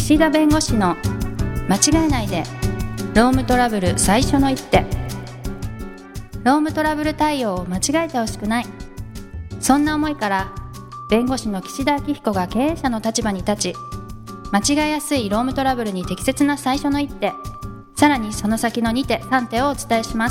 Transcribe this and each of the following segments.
岸田弁護士の間違えないでロームトラブル最初の一手。ロームトラブル対応を間違えてほしくない、そんな思いから弁護士の岸田明彦が経営者の立場に立ち、間違えやすいロームトラブルに適切な最初の一手、さらにその先の2手3手をお伝えします。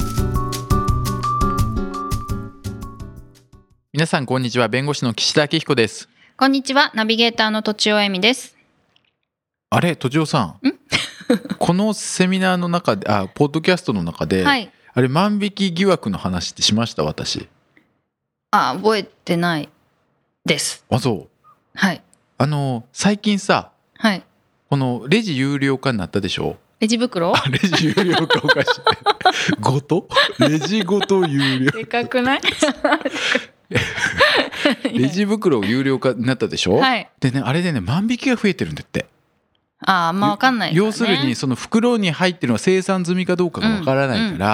皆さんこんにちは。弁護士の岸田明彦です。 こんにちは。ナビゲーターのとちおえみです。 あれ、とちおさんこのセミナーの中でポッドキャストの中で、はい、あれ万引き疑惑の話ってしました？私覚えてないです。 そう。 はい。 最近さ、 はい、 このレジ有料化になったでしょ。 レジ袋？ レジ有料化おかしいごとレジごと有料でかくないレジ袋有料化になったでしょ、 はい、 でね、あれでね万引きが増えてるんだって。 まあ分かんないからね。 要するにその袋に入ってるのは生産済みかどうかが分からないから、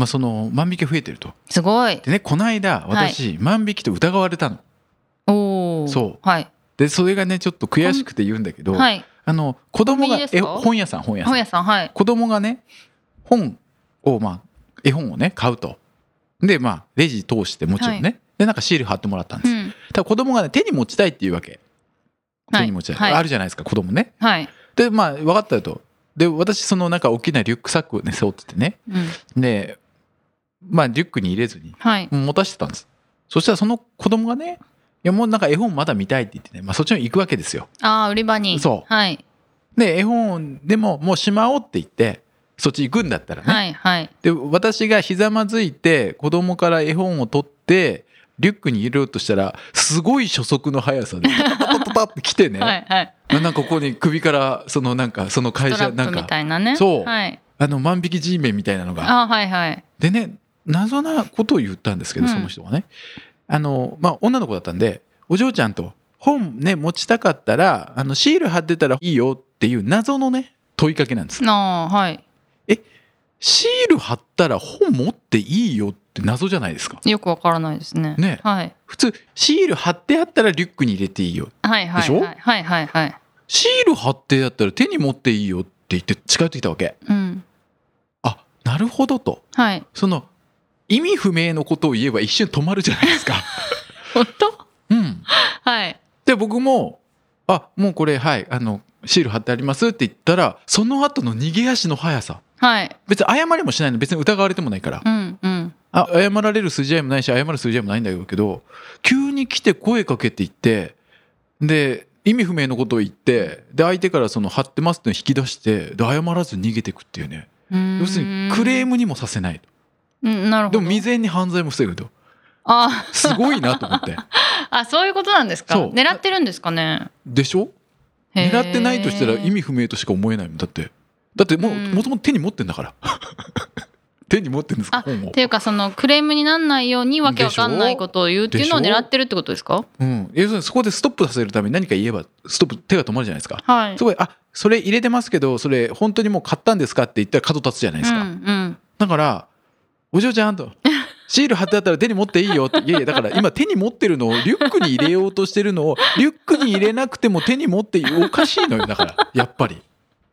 その万引きが増えてると。すごい。でね、この間私、万引きと疑われたの。そう、はい、でそれがねちょっと悔しくて言うんだけど、はい、子供が本屋さん、はい、子供がね本を絵本をね買うと。でレジ通してもちろんね、はい、でなんかシール貼ってもらったんです、ただ子供がね手に持ちたいっていうわけ。手に持ちたい、はい、あるじゃないですか子供ね、はい、で分かったよと。で私そのなんか大きなリュックサックをね背負っててね、でリュックに入れずに持たせてたんです、そしたらその子供がね、いやもうなんか絵本まだ見たいって言ってね、そっちに行くわけですよ。売り場に。そう、はい、で絵本でももうしまおうって言ってそっち行くんだったらね、はいはい、で私がひざまずいて子供から絵本を取ってリュックに入れようとしたらすごい初速の速さでパタパタパタって来てねはい、はい、なんかここに首からそのなんかその会社なんかみたいなね、そう、はい、万引き G メンみたいなのがはいはい、でね謎なことを言ったんですけど、その人がね女の子だったんで、お嬢ちゃんと本ね持ちたかったらシール貼ってたらいいよっていう謎のね問いかけなんです。はい、シール貼ったら本持っていいよって謎じゃないですか。よくわからないですね。ね、はい、普通シール貼ってあったらリュックに入れていいよ、はいはい、でしょ、はいはいはいはい、シール貼ってあったら手に持っていいよって言って近寄ってきたわけ、なるほどと、はい、その意味不明のことを言えば一瞬止まるじゃないですか本当？はい。で僕ももうこれはいシール貼ってありますって言ったらその後の逃げ足の速さ、はい、別に謝りもしないの、別に疑われてもないから、謝られる筋合いもないし謝る筋合いもないんだけど、急に来て声かけていってで意味不明のことを言ってで相手からその貼ってますって引き出してで謝らず逃げていくっていうね。要するにクレームにもさせないと、なるほど。でも未然に犯罪も防ぐと。すごいなと思ってそういうことなんですか。狙ってるんですかね。でしょ。狙ってないとしたら意味不明としか思えないもん。だってもともと手に持ってんだから手に持ってんですか本を。っていうかそのクレームにならないようにわけわかんないことを言うっていうのを狙ってるってことですか。要するにそこでストップさせるために何か言えば手が止まるじゃないですか、はい、すごいそれ入れてますけどそれ本当にもう買ったんですかって言ったら角立つじゃないですか、だからお嬢ちゃんとシール貼ってあったら手に持っていいよって。いやだから今手に持ってるのをリュックに入れようとしてるのをリュックに入れなくても手に持っていい。おかしいのよ。だからやっぱり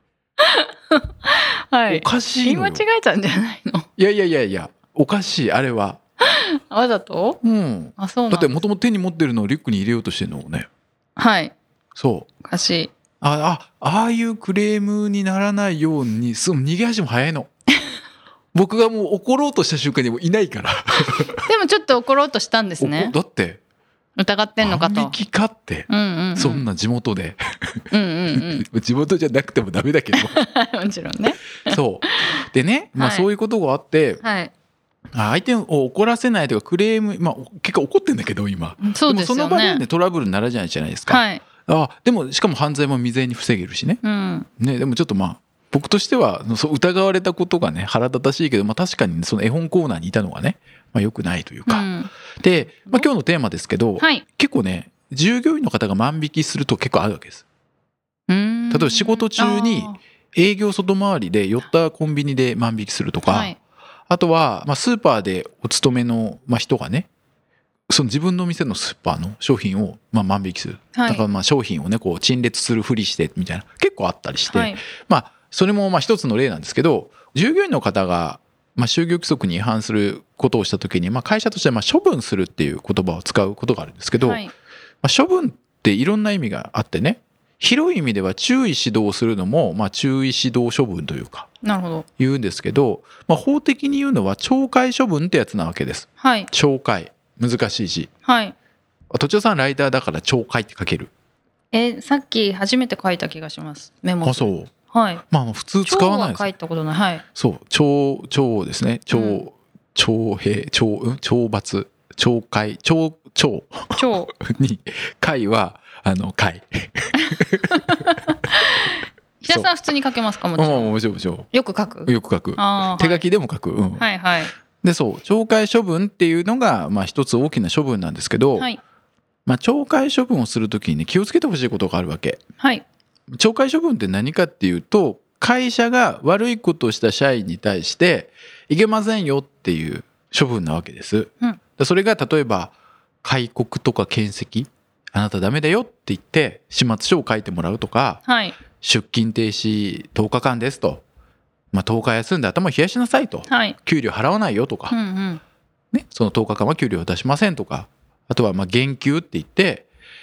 はい、おかしいのよ。言い間違えたんじゃないの。いやおかしいあれはわざと。そうなんだってもともと手に持ってるのをリュックに入れようとしてるのをね。はい、そうおかしい。ああいうクレームにならないように逃げ足も早いの僕がもう怒ろうとした瞬間にもいないからでもちょっと怒ろうとしたんですね。だって疑ってんのかと。万引きかって、そんな地元で地元じゃなくてもダメだけどもちろんねそうでね、そういうことがあって、はい、相手を怒らせないとかクレーム、結果怒ってんだけど今そうですよね。でもその場で、ね、トラブルにならないじゃないですか、はい、でもしかも犯罪も未然に防げるしね、でもちょっと僕としては疑われたことがね腹立たしいけど、確かにその絵本コーナーにいたのがね、良くないというか、で、今日のテーマですけど、結構ね従業員の方が万引きすると結構あるわけです。例えば仕事中に営業外回りで寄ったコンビニで万引きするとか、あとはスーパーでお勤めの人がねその自分の店のスーパーの商品を万引きする、だから商品をねこう陳列するふりしてみたいな結構あったりして、それも一つの例なんですけど、従業員の方が就業規則に違反することをした時に会社としては処分するっていう言葉を使うことがあるんですけど、処分っていろんな意味があってね、広い意味では注意指導するのも注意指導処分というか言うんですけど、法的に言うのは懲戒処分ってやつなわけです。懲戒、難しい字。とちおさんライターだから懲戒って書ける？ さっき初めて書いた気がします、メモ。 そう。普通使わないです。 懲は書いたことない。 そう、懲ですね。懲罰、懲戒、懲に戒は戒。 平さん普通に書けますか？もちろん。 もちろん。 よく書く？ よく書く。手書きでも書く。で懲戒処分っていうのが一つ大きな処分なんですけど、懲戒処分をするときにね気をつけてほしいことがあるわけ。懲戒処分って何かっていうと、会社が悪いことをした社員に対していけませんよっていう処分なわけです。それが例えば戒告とか検責、あなたダメだよって言って始末書を書いてもらうとか、出勤停止10日間ですと、10日休んで頭冷やしなさいと、給料払わないよとか、その10日間は給料を出しませんとか、あとは減給って言って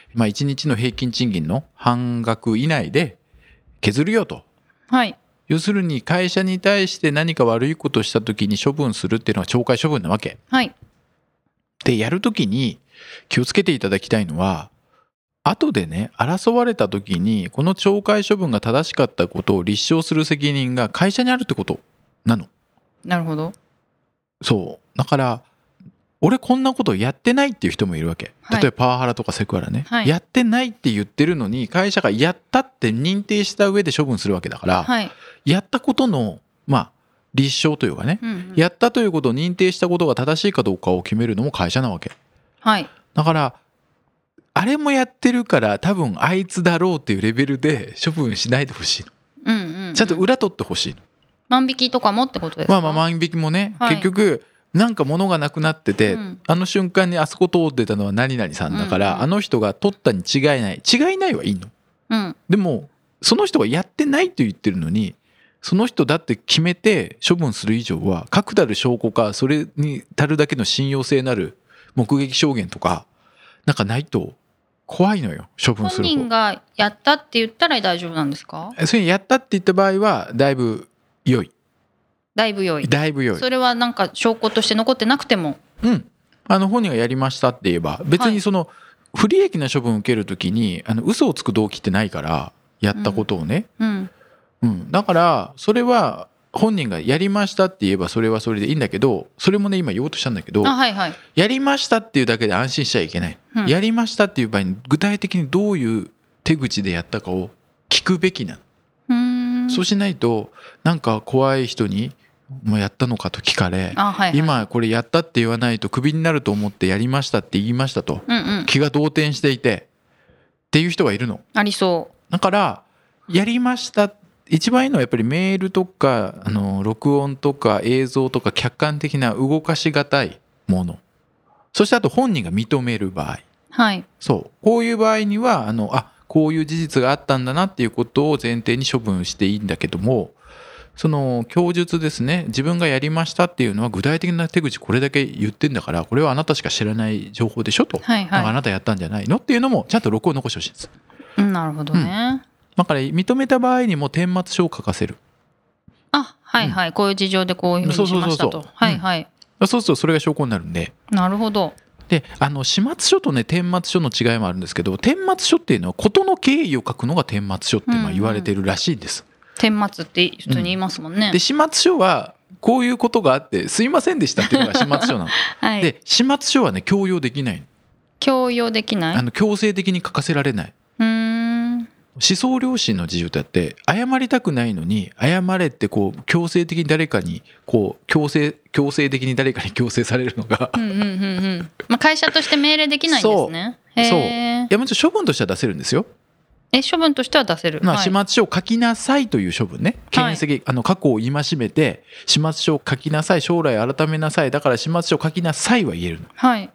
1日の平均賃金の半額以内で削るよと、要するに会社に対して何か悪いことをした時に処分するっていうのは懲戒処分なわけ。でやる時に気をつけていただきたいのは、後でね争われた時にこの懲戒処分が正しかったことを立証する責任が会社にあるってことなの。 なるほど。 そうだから俺こんなことやってないっていう人もいるわけ。例えばパワハラとかセクハラね、やってないって言ってるのに会社がやったって認定した上で処分するわけだから、やったことの立証というかね、やったということを認定したことが正しいかどうかを決めるのも会社なわけ。だからあれもやってるから多分あいつだろうっていうレベルで処分しないでほしいの。ちゃんと裏取ってほしいの。 万引きとかもってことですか？ 万引きもね、結局なんか物がなくなってて、あの瞬間にあそこ通ってたのは何々さんだから、あの人が取ったに違いないはいいの、でもその人がやってないと言ってるのにその人だって決めて処分する以上は確たる証拠かそれに足るだけの信用性なる目撃証言とかなんかないと怖いのよ、処分する方。 本人がやったって言ったら大丈夫なんですか？ それやったって言った場合はだいぶ良い。 だいぶ良い。それはなんか証拠として残ってなくても、 本人がやりましたって言えば別にその不利益な処分を受けるときに嘘をつく動機ってないから、やったことをね、だからそれは本人がやりましたって言えばそれはそれでいいんだけど、それもね今言おうとしたんだけど、やりましたっていうだけで安心しちゃいけない、やりましたっていう場合に具体的にどういう手口でやったかを聞くべきなの。そうしないとなんか怖い人にもうやったのかと聞かれ、今これやったって言わないとクビになると思ってやりましたって言いましたと、気が動転していてっていう人がいるの。 ありそう。 だからやりました一番いいのはやっぱりメールとか録音とか映像とか客観的な動かしがたいもの、そしてあと本人が認める場合、そうこういう場合にはこういう事実があったんだなっていうことを前提に処分していいんだけども、その供述ですね、自分がやりましたっていうのは具体的な手口これだけ言ってんだから、これはあなたしか知らない情報でしょと、あなたやったんじゃないのっていうのもちゃんと録音残してほしいんです。 なるほどね、 だから認めた場合にも顛末書を書かせる。 こういう事情でこういうふうにしましたと。 そうするとそれが証拠になるんで。 なるほど。 で始末書とね顛末書の違いもあるんですけど、顛末書っていうのは事の経緯を書くのが顛末書って言われてるらしいんです。 顛末って普通に言いますもんね。 で始末書はこういうことがあってすいませんでしたっていうのが始末書なの、で始末書はね強要できない。 強要できない、 強制的に書かせられない。思想良心の自由だって謝りたくないのに謝れってこう強制的に誰かにこう強制的に誰かに強制されるのが会社として命令できないんですね。 そういやもちろん処分としては出せるんですよ。 処分としては出せる。 始末書を書きなさいという処分ね。検責、過去を戒めて始末書を書きなさい、将来改めなさい、だから始末書を書きなさいは言えるの。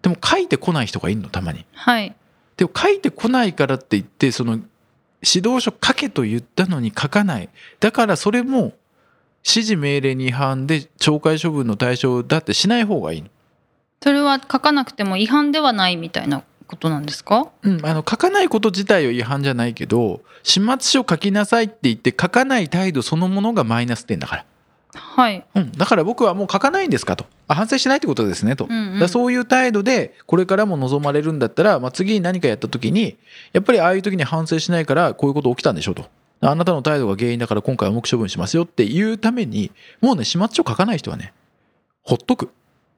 でも書いてこない人がいるのたまに。 はい。 でも書いてこないからって言ってその指導書書けと言ったのに書かない。だからそれも指示命令に違反で懲戒処分の対象だってしない方がいいの。 それは書かなくても違反ではないみたいなことなんですか？ 書かないこと自体は違反じゃないけど、始末書書きなさいって言って書かない態度そのものがマイナス点だから。 はい。 だから僕はもう書かないんですかと、反省しないってことですねと、だそういう態度でこれからも望まれるんだったら、次に何かやった時にやっぱりああいう時に反省しないからこういうこと起きたんでしょと、あなたの態度が原因だから今回は重く処分しますよっていうために、もうね始末書書かない人はねほっとく。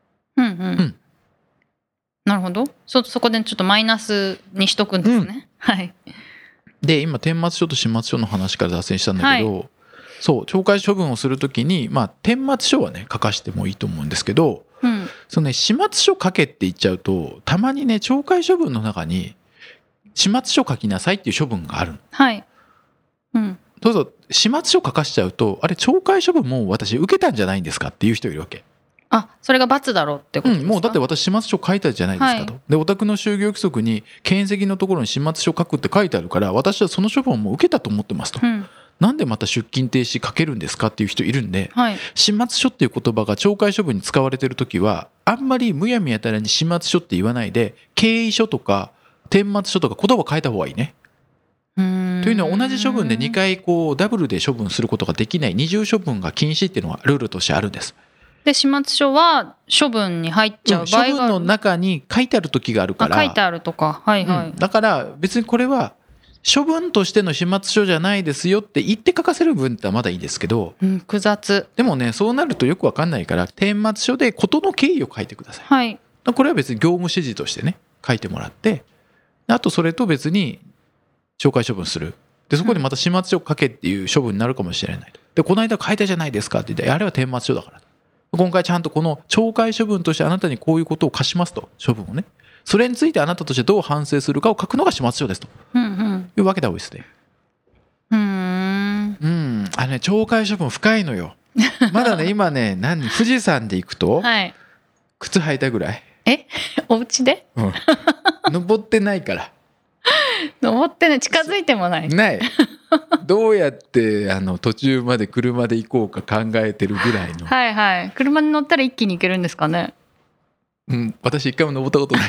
なるほど。そこでちょっとマイナスにしとくんですね。はい。 で今顛末書と始末書の話から脱線したんだけど、そう懲戒処分をするときに顛末書はね書かしてもいいと思うんですけど、そのね始末書書けって言っちゃうと、たまにね懲戒処分の中に始末書書きなさいっていう処分があるの。 はい。 どうぞ始末書書かしちゃうと、あれ懲戒処分もう私受けたんじゃないんですかっていう人いるわけ。 それが罰だろうってことですか？ もうだって私始末書書いたじゃないですかと、でお宅の就業規則に検責のところに始末書書くって書いてあるから、私はその処分をもう受けたと思ってますと、なんでまた出勤停止かけるんですかっていう人いるんで、始末書っていう言葉が懲戒処分に使われてる時はあんまりむやみやたらに始末書って言わないで、経緯書とか顛末書とか言葉を変えた方がいいね。というのは同じ処分で2回ダブルで処分することができない二重処分が禁止っていうのはルールとしてあるんです。 で始末書は処分に入っちゃう場合がある、 処分の中に書いてある時があるから。 書いてあるとか、 だから別にこれは処分としての始末書じゃないですよって言って書かせる分ってまだいいですけど、 複雑。でもねそうなるとよく分かんないから、顛末書で事の経緯を書いてください。これは別に業務指示としてね書いてもらって、あとそれと別に懲戒処分する。でそこでまた始末書書けっていう処分になるかもしれないと。でこの間書いたじゃないですかって言って、あれは顛末書だから、今回ちゃんとこの懲戒処分としてあなたにこういうことを課しますと、処分をね、それについてあなたとしてどう反省するかを書くのが始末書ですと、いうわけだわけですね。懲戒処分深いのよ。まだね今ね富士山で行くと、靴履いたぐらい。 お家で？ 登ってないから。 登ってない、近づいてもない。 どうやって途中まで車で行こうか考えてるぐらいの。 車に乗ったら一気に行けるんですかね？ 私一回も登ったことない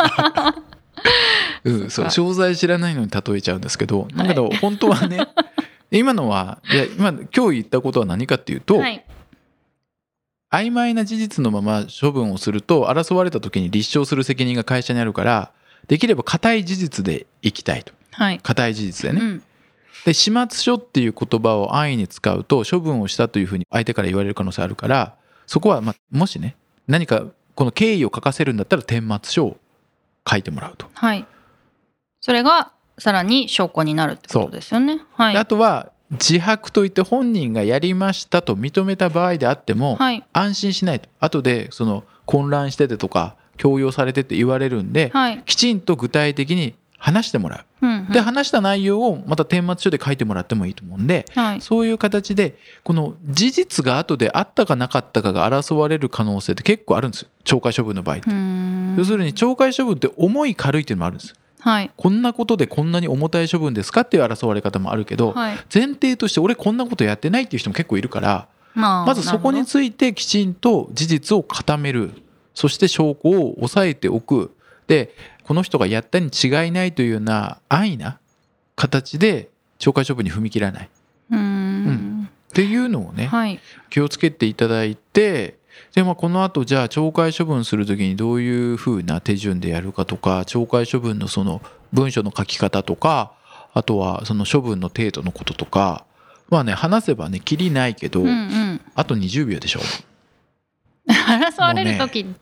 からそう詳細知らないのに例えちゃうんですけど、だけど本当はね今日言ったことは何かっていうと、曖昧な事実のまま処分をすると争われた時に立証する責任が会社にあるから、できれば固い事実でいきたいと。固い事実でね、で始末書っていう言葉を安易に使うと処分をしたというふうに相手から言われる可能性あるから、そこはもしね何かこの経緯を書かせるんだったら顛末書を書いてもらうと。 それがさらに証拠になるってことですよね。 あとは自白といって本人がやりましたと認めた場合であっても、安心しないと。後でその混乱しててとか強要されてって言われるんで、きちんと具体的に話してもらう、で話した内容をまた顛末書で書いてもらってもいいと思うんで、そういう形でこの事実が後であったかなかったかが争われる可能性って結構あるんですよ、懲戒処分の場合って。要するに懲戒処分って重い軽いっていうのもあるんです。こんなことでこんなに重たい処分ですかっていう争われ方もあるけど、前提として俺こんなことやってないっていう人も結構いるから、まずそこについてきちんと事実を固める、そして証拠を押さえておく。でこの人がやったに違いないというような安易な形で懲戒処分に踏み切らない、っていうのをね、気をつけていただいて、でこの後じゃあ懲戒処分するときにどういうふうな手順でやるかとか、懲戒処分のその文書の書き方とか、あとはその処分の程度のこととか、話せばねきりないけど、あと20秒でしょ。 争われる時って、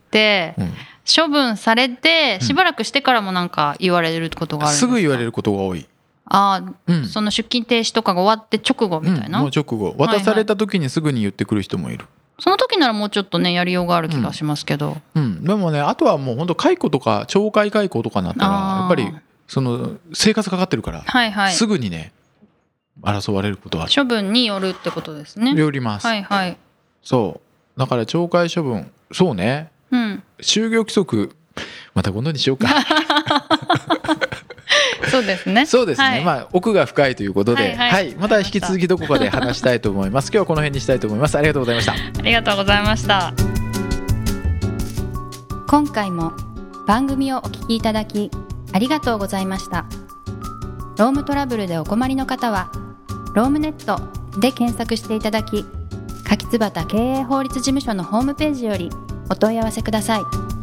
処分されてしばらくしてからもなんか言われることがあるんですか？ すぐ言われることが多い。 その出勤停止とかが終わって直後みたいな、 もう直後渡された時にすぐに言ってくる人もいる。 その時ならもうちょっとねやりようがある気がしますけど、 でもねあとはもう本当解雇とか懲戒解雇とかになったらやっぱりその生活かかってるから、すぐにね争われることは処分によるってことですね。 よります。そうだから懲戒処分、そうね、就業規則また今度にしようかそうですね。 そうですね、まあ奥が深いということで、また引き続きどこかで話したいと思います今日はこの辺にしたいと思います。ありがとうございました。 ありがとうございました。今回も番組をお聞きいただきありがとうございました。ロームトラブルでお困りの方はロームネットで検索していただき、柿椿経営法律事務所のホームページよりお問い合わせください。